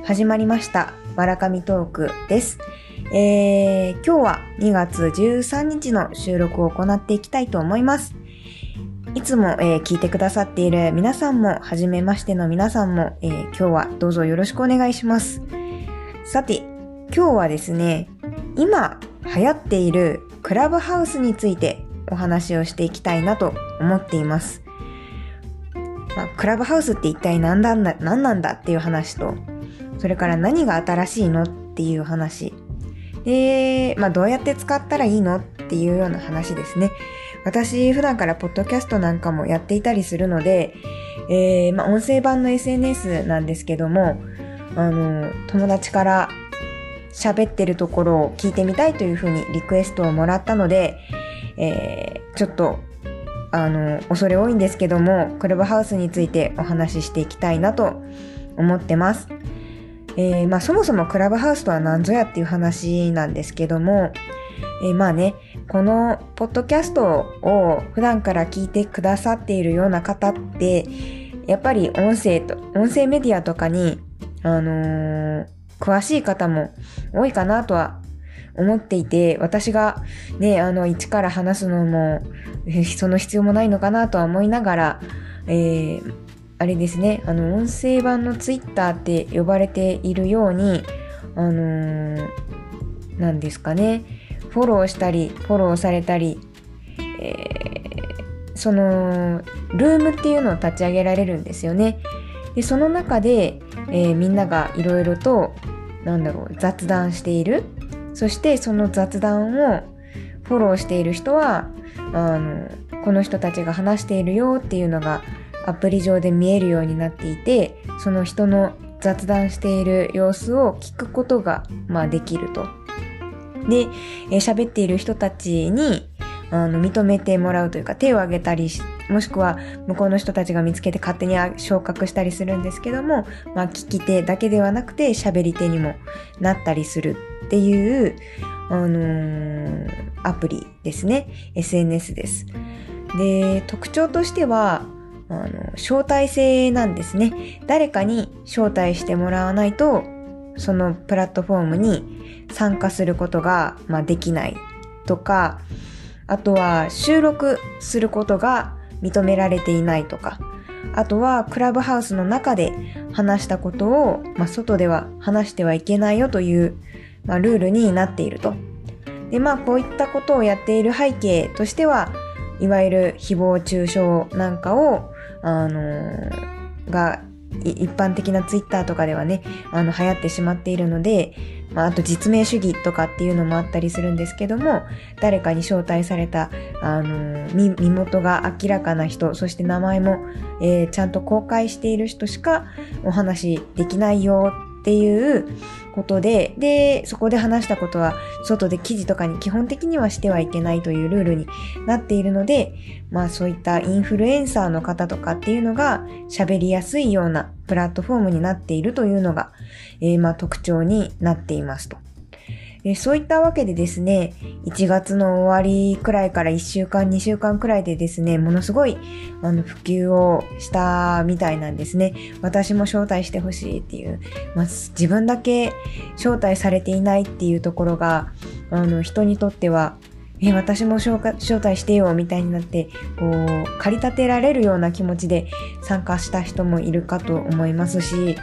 始まりましたわらかみトークです。今日は2月13日の収録を行っていきたいと思います。いつも、聞いてくださっている皆さんも、はじめましての皆さんも、今日はどうぞよろしくお願いします。さて、今日はですね、今流行っているクラブハウスについてお話をしていきたいなと思っています。クラブハウスって一体何なんだっていう話と、それから何が新しいのっていう話で、どうやって使ったらいいのっていうような話ですね。私普段からポッドキャストなんかもやっていたりするので、音声版の SNS なんですけども、友達から喋ってるところを聞いてみたいというふうにリクエストをもらったので、ちょっと恐れ多いんですけども、クラブハウスについてお話ししていきたいなと思ってます。そもそもクラブハウスとは何ぞやっていう話なんですけども、このポッドキャストを普段から聞いてくださっているような方って、やっぱり音声メディアとかに、詳しい方も多いかなとは思っていて、私がね、一から話すのも、その必要もないのかなとは思いながら、あれですね、音声版のツイッターって呼ばれているように、なんですかね、フォローしたり、フォローされたり、そのルームっていうのを立ち上げられるんですよね。で、その中で、みんながいろいろと雑談している。そしてその雑談をフォローしている人は、この人たちが話しているよっていうのがアプリ上で見えるようになっていて、その人の雑談している様子を聞くことが、できると。で、喋っている人たちに認めてもらうというか、手を挙げたり、もしくは向こうの人たちが見つけて勝手に昇格したりするんですけども、聞き手だけではなくて喋り手にもなったりするっていう、アプリですね。SNS です。で、特徴としては招待制なんですね。誰かに招待してもらわないと、そのプラットフォームに参加することが、できないとか、あとは収録することが認められていないとか、あとはクラブハウスの中で話したことを、外では話してはいけないよという、ルールになっていると。で、こういったことをやっている背景としては、いわゆる誹謗中傷なんかをが一般的なツイッターとかではね、流行ってしまっているので、あと実名主義とかっていうのもあったりするんですけども、誰かに招待された身元が明らかな人、そして名前も、ちゃんと公開している人しかお話できないよっていうことで、そこで話したことは外で記事とかに基本的にはしてはいけないというルールになっているので、そういったインフルエンサーの方とかっていうのが喋りやすいようなプラットフォームになっているというのが、特徴になっていますと。そういったわけでですね、1月の終わりくらいから1週間、2週間くらいでですね、ものすごい普及をしたみたいなんですね。私も招待してほしいっていう、自分だけ招待されていないっていうところが、人にとっては、私も招待してよみたいになって、駆り立てられるような気持ちで参加した人もいるかと思いますし、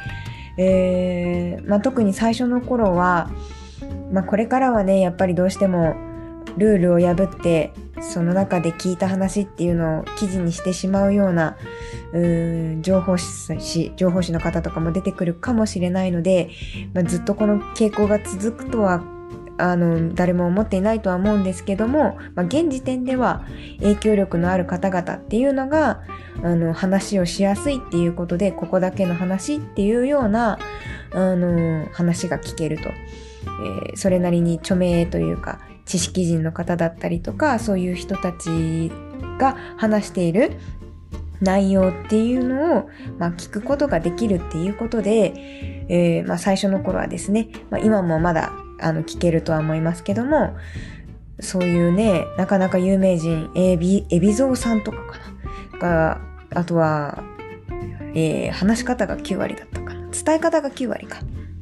特に最初の頃は、これからはね、やっぱりどうしてもルールを破ってその中で聞いた話っていうのを記事にしてしまうような情報誌の方とかも出てくるかもしれないので、ずっとこの傾向が続くとは誰も思っていないとは思うんですけども、現時点では影響力のある方々っていうのが話をしやすいっていうことで、ここだけの話っていうような話が聞けると。それなりに著名というか知識人の方だったりとか、そういう人たちが話している内容っていうのを、聞くことができるっていうことで、最初の頃はですね、今もまだ聞けるとは思いますけども、そういうね、なかなか有名人、海老蔵さんとかあとは、話し方が9割だったかな、伝え方が9割か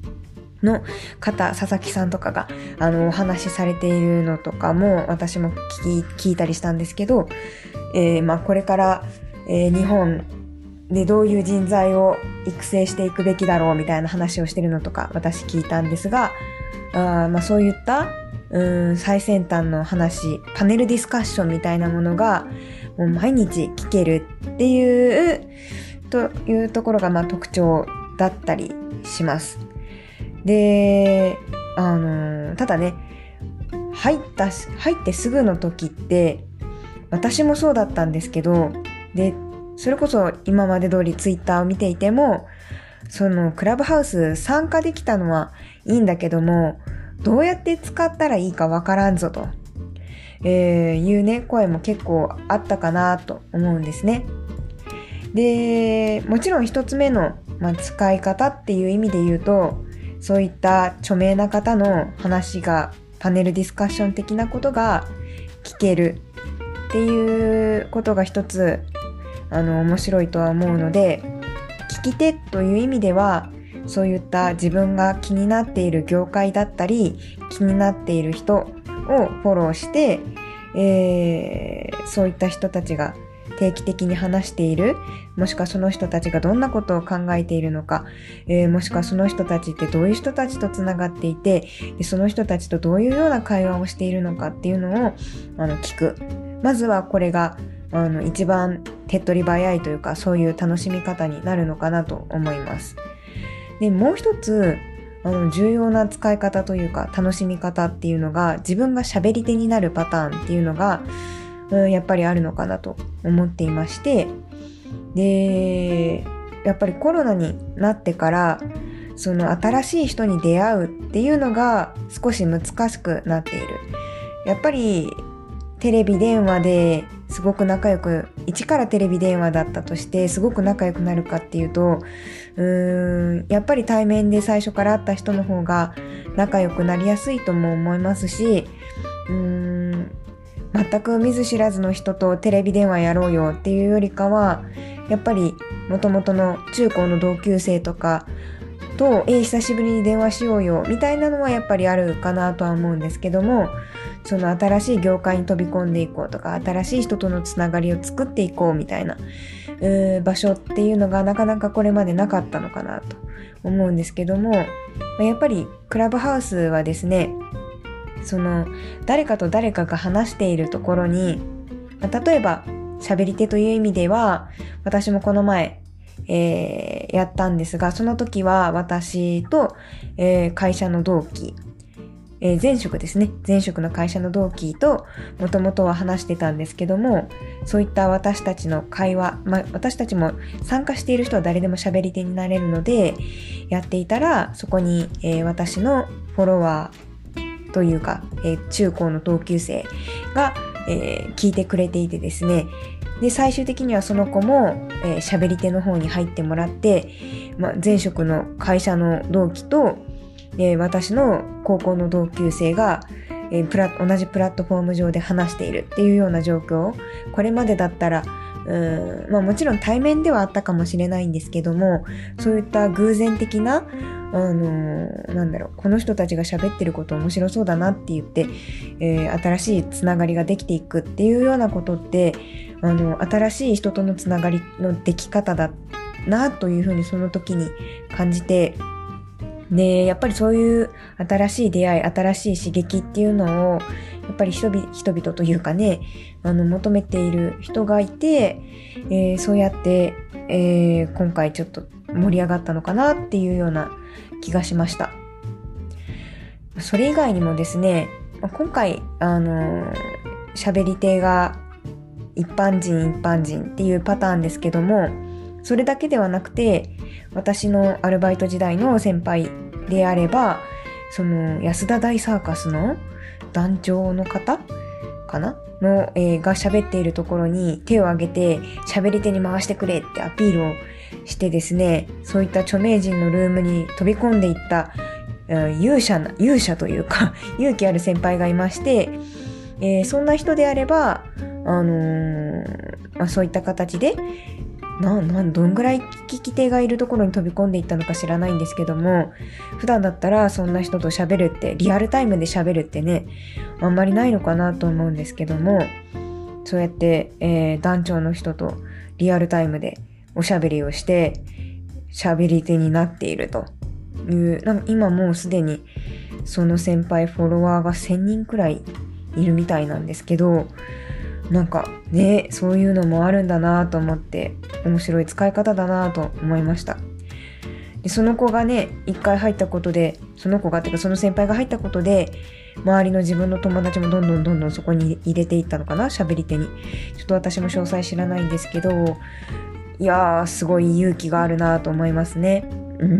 の方、佐々木さんとかがお話しされているのとかも私も聞いたりしたんですけど、これから、日本でどういう人材を育成していくべきだろうみたいな話をしてるのとか私聞いたんですが、そういった最先端の話、パネルディスカッションみたいなものがもう毎日聞けるっていうところが特徴だったりします。で、ただね、入ってすぐの時って私もそうだったんですけど、でそれこそ今まで通りツイッターを見ていても、そのクラブハウス参加できたのはいいんだけども、どうやって使ったらいいかわからんぞと、いうね声も結構あったかなと思うんですね。で、もちろん一つ目の、使い方っていう意味で言うと、そういった著名な方の話がパネルディスカッション的なことが聞けるっていうことが一つ面白いとは思うので、聞き手という意味ではそういった自分が気になっている業界だったり気になっている人をフォローして、そういった人たちが定期的に話している、もしくはその人たちがどんなことを考えているのか、もしくはその人たちってどういう人たちとつながっていて、でその人たちとどういうような会話をしているのかっていうのを聞く。まずはこれが一番手っ取り早いというか、そういう楽しみ方になるのかなと思います。で、もう一つ重要な使い方というか楽しみ方っていうのが、自分が喋り手になるパターンっていうのがやっぱりあるのかなと思っていまして、でやっぱりコロナになってからその新しい人に出会うっていうのが少し難しくなっている。やっぱりテレビ電話ですごく仲良く、一からテレビ電話だったとしてすごく仲良くなるかっていうと、やっぱり対面で最初から会った人の方が仲良くなりやすいとも思いますし、全く見ず知らずの人とテレビ電話やろうよっていうよりかは、やっぱり元々の中高の同級生とかと久しぶりに電話しようよみたいなのはやっぱりあるかなとは思うんですけども、その新しい業界に飛び込んでいこうとか、新しい人とのつながりを作っていこうみたいな場所っていうのがなかなかこれまでなかったのかなと思うんですけども、やっぱりクラブハウスはですね、その誰かと誰かが話しているところに、例えば喋り手という意味では私もこの前やったんですが、その時は私と、会社の同期、前職ですね、前職の会社の同期ともともとは話してたんですけども、そういった私たちの会話、私たちも参加している人は誰でも喋り手になれるのでやっていたら、そこに、私のフォロワーというか、中高の同級生が、聞いてくれていてですね、で最終的にはその子も喋り手の方に入ってもらって、前職の会社の同期と、私の高校の同級生が、同じプラットフォーム上で話しているっていうような状況。これまでだったらもちろん対面ではあったかもしれないんですけども、そういった偶然的なこの人たちが喋ってること面白そうだなって言って、新しいつながりができていくっていうようなことって、新しい人とのつながりのでき方だなというふうにその時に感じて、でやっぱりそういう新しい出会い、新しい刺激っていうのをやっぱり人々というかね、求めている人がいて、そうやって、今回ちょっと盛り上がったのかなっていうような気がしました。それ以外にもですね、今回喋り手が一般人っていうパターンですけども、それだけではなくて、私のアルバイト時代の先輩であれば、その安田大サーカスの団長の方かなの、が喋っているところに手を挙げて喋り手に回してくれってアピールをしてですね、そういった著名人のルームに飛び込んでいった勇者というか勇気ある先輩がいまして、そんな人であればそういった形でどんぐらい聞き手がいるところに飛び込んでいったのか知らないんですけども、普段だったらそんな人と喋るって、リアルタイムで喋るってね、あんまりないのかなと思うんですけども、そうやって、団長の人とリアルタイムでおしゃべりをして喋り手になっているという、今もうすでにその先輩フォロワーが1000人くらいいるみたいなんですけど、なんかね、そういうのもあるんだなと思って面白い使い方だなと思いました。でその子がね、一回入ったことで、その先輩が入ったことで、周りの自分の友達もどんどんそこに入れていったのかな、喋り手に。ちょっと私も詳細知らないんですけど、いやー、すごい勇気があるなと思いますね。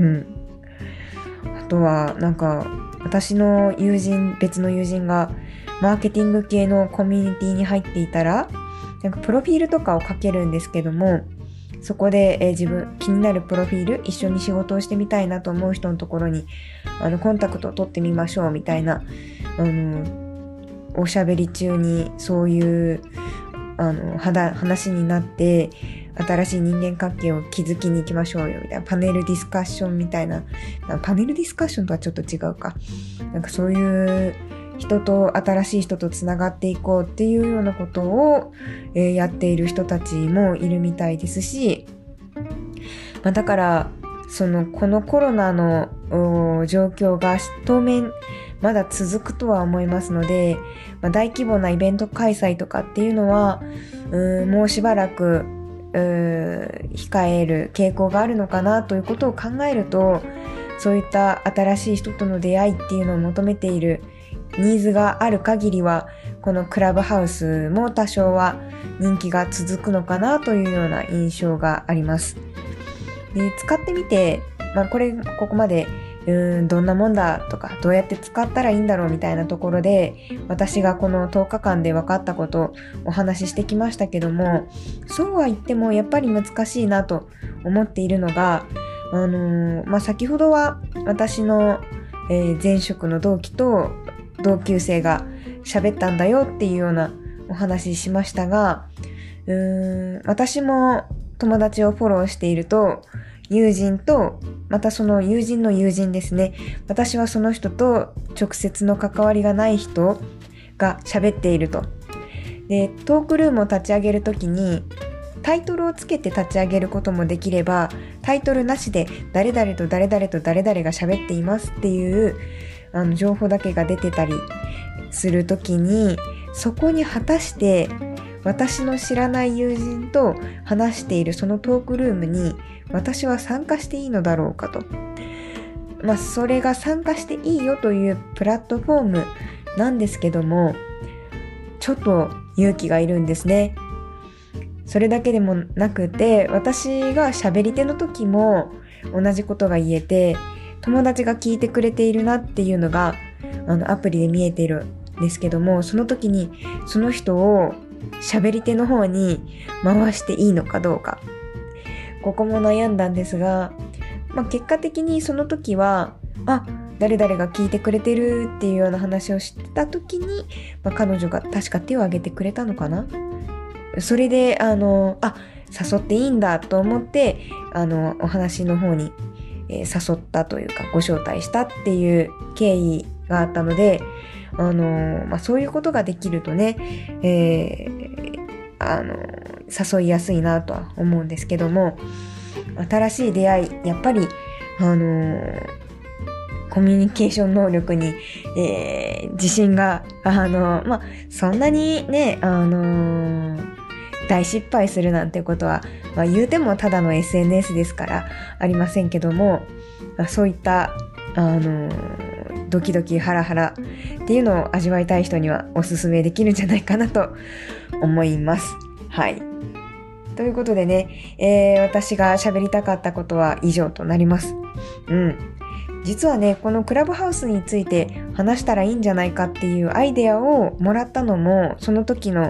あとは私の別の友人がマーケティング系のコミュニティに入っていたら、プロフィールとかを書けるんですけども、そこで、自分気になるプロフィール、一緒に仕事をしてみたいなと思う人のところにコンタクトを取ってみましょうみたいな、おしゃべり中にそういう話になって、新しい人間関係を築きに行きましょうよみたいな、パネルディスカッションみたいな、パネルディスカッションとはちょっと違うか、そういう新しい人とつながっていこうっていうようなことを、やっている人たちもいるみたいですし、だからこのコロナの状況が当面まだ続くとは思いますので、大規模なイベント開催とかっていうのはもうしばらく控える傾向があるのかなということを考えると、そういった新しい人との出会いっていうのを求めているニーズがある限りは、このクラブハウスも多少は人気が続くのかなというような印象があります。で、使ってみて、ここまでどんなもんだとか、どうやって使ったらいいんだろうみたいなところで、私がこの10日間で分かったことをお話ししてきましたけども、そうは言ってもやっぱり難しいなと思っているのが、先ほどは私の、前職の同期と同級生が喋ったんだよっていうようなお話しましたが、私も友達をフォローしていると、友人と、またその友人の友人ですね。私はその人と直接の関わりがない人が喋っていると。で、トークルームを立ち上げるときに、タイトルをつけて立ち上げることもできれば、タイトルなしで誰々と誰々と誰々が喋っていますっていう情報だけが出てたりするときに、そこに果たして私の知らない友人と話しているそのトークルームに私は参加していいのだろうかと。それが参加していいよというプラットフォームなんですけども、ちょっと勇気がいるんですね。それだけでもなくて、私が喋り手の時も同じことが言えて、友達が聞いてくれているなっていうのがアプリで見えているんですけども、その時にその人を喋り手の方に回していいのかどうか、ここも悩んだんですが、結果的にその時は誰々が聞いてくれてるっていうような話をした時に、彼女が確か手を挙げてくれたのかな。それで誘っていいんだと思ってお話の方に、誘ったというかご招待したっていう経緯があったので、そういうことができるとね、誘いやすいなとは思うんですけども、新しい出会い、やっぱりコミュニケーション能力に、自信がそんなにね大失敗するなんてことは、言うてもただの SNS ですからありませんけども、そういったドキドキハラハラっていうのを味わいたい人にはおすすめできるんじゃないかなと思います。はい。ということでね、私が喋りたかったことは以上となります。実はね、このクラブハウスについて話したらいいんじゃないかっていうアイデアをもらったのも、その時の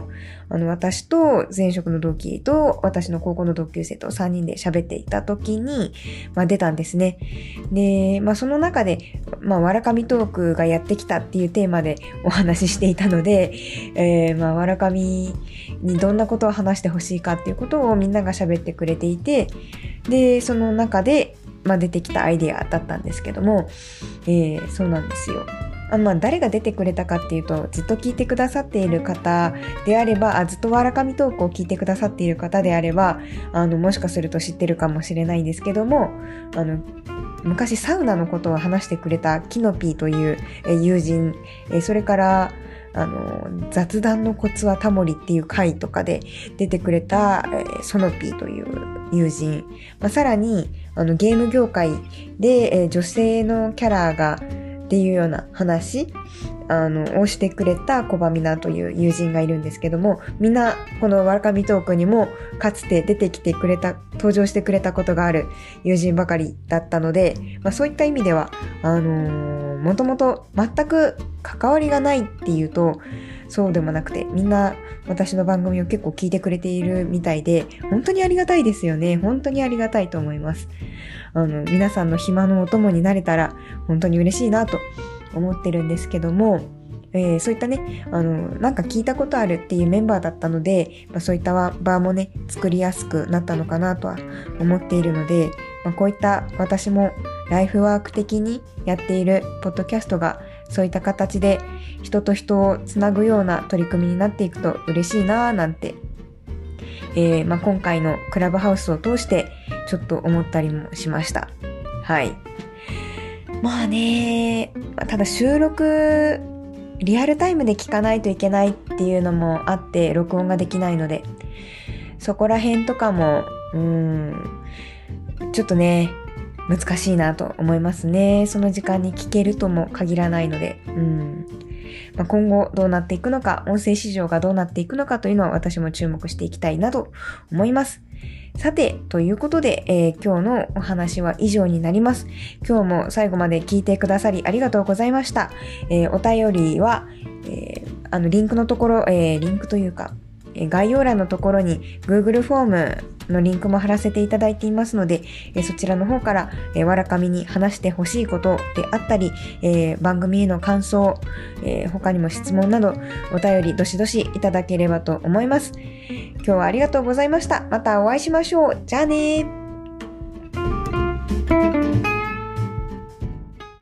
私と前職の同期と私の高校の同級生と3人で喋っていた時に、出たんですね。で、その中で、わらかみトークがやってきたっていうテーマでお話ししていたので、わらかみにどんなことを話してほしいかっていうことをみんなが喋ってくれていて、で、その中で、出てきたアイデアだったんですけども、そうなんですよ。誰が出てくれたかっていうと、ずっと聞いてくださっている方であれば、ずっとわらかみトークを聞いてくださっている方であれば、もしかすると知ってるかもしれないんですけども、昔サウナのことを話してくれたキノピーという友人、それから雑談のコツはタモリっていう回とかで出てくれた、ソノピーという友人、さらにゲーム業界で、女性のキャラがっていうような話をしてくれたコバミナという友人がいるんですけども、みんなこのわらかみトークにもかつて出てきてくれた、登場してくれたことがある友人ばかりだったので、そういった意味ではもともと全く関わりがないっていうとそうでもなくて、みんな私の番組を結構聞いてくれているみたいで、本当にありがたいですよね。本当にありがたいと思います。皆さんの暇のお供になれたら本当に嬉しいなと思ってるんですけども、そういったね、なんか聞いたことあるっていうメンバーだったので、そういった場もね、作りやすくなったのかなとは思っているので、こういった私もライフワーク的にやっているポッドキャストがそういった形で人と人をつなぐような取り組みになっていくと嬉しいなぁなんて、今回のクラブハウスを通してちょっと思ったりもしました。はい。ただ収録リアルタイムで聞かないといけないっていうのもあって録音ができないので、そこら辺とかもちょっとね難しいなと思いますね。その時間に聞けるとも限らないので、今後どうなっていくのか、音声市場がどうなっていくのかというのは私も注目していきたいなと思います。さて、ということで、今日のお話は以上になります。今日も最後まで聞いてくださりありがとうございました。お便りは、リンクのところ、リンクというか、概要欄のところに Google フォームのリンクも貼らせていただいていますので、そちらの方から、わらかみに話してほしいことであったり、番組への感想、他にも質問などお便りどしどしいただければと思います。今日はありがとうございました。またお会いしましょう。じゃあねー。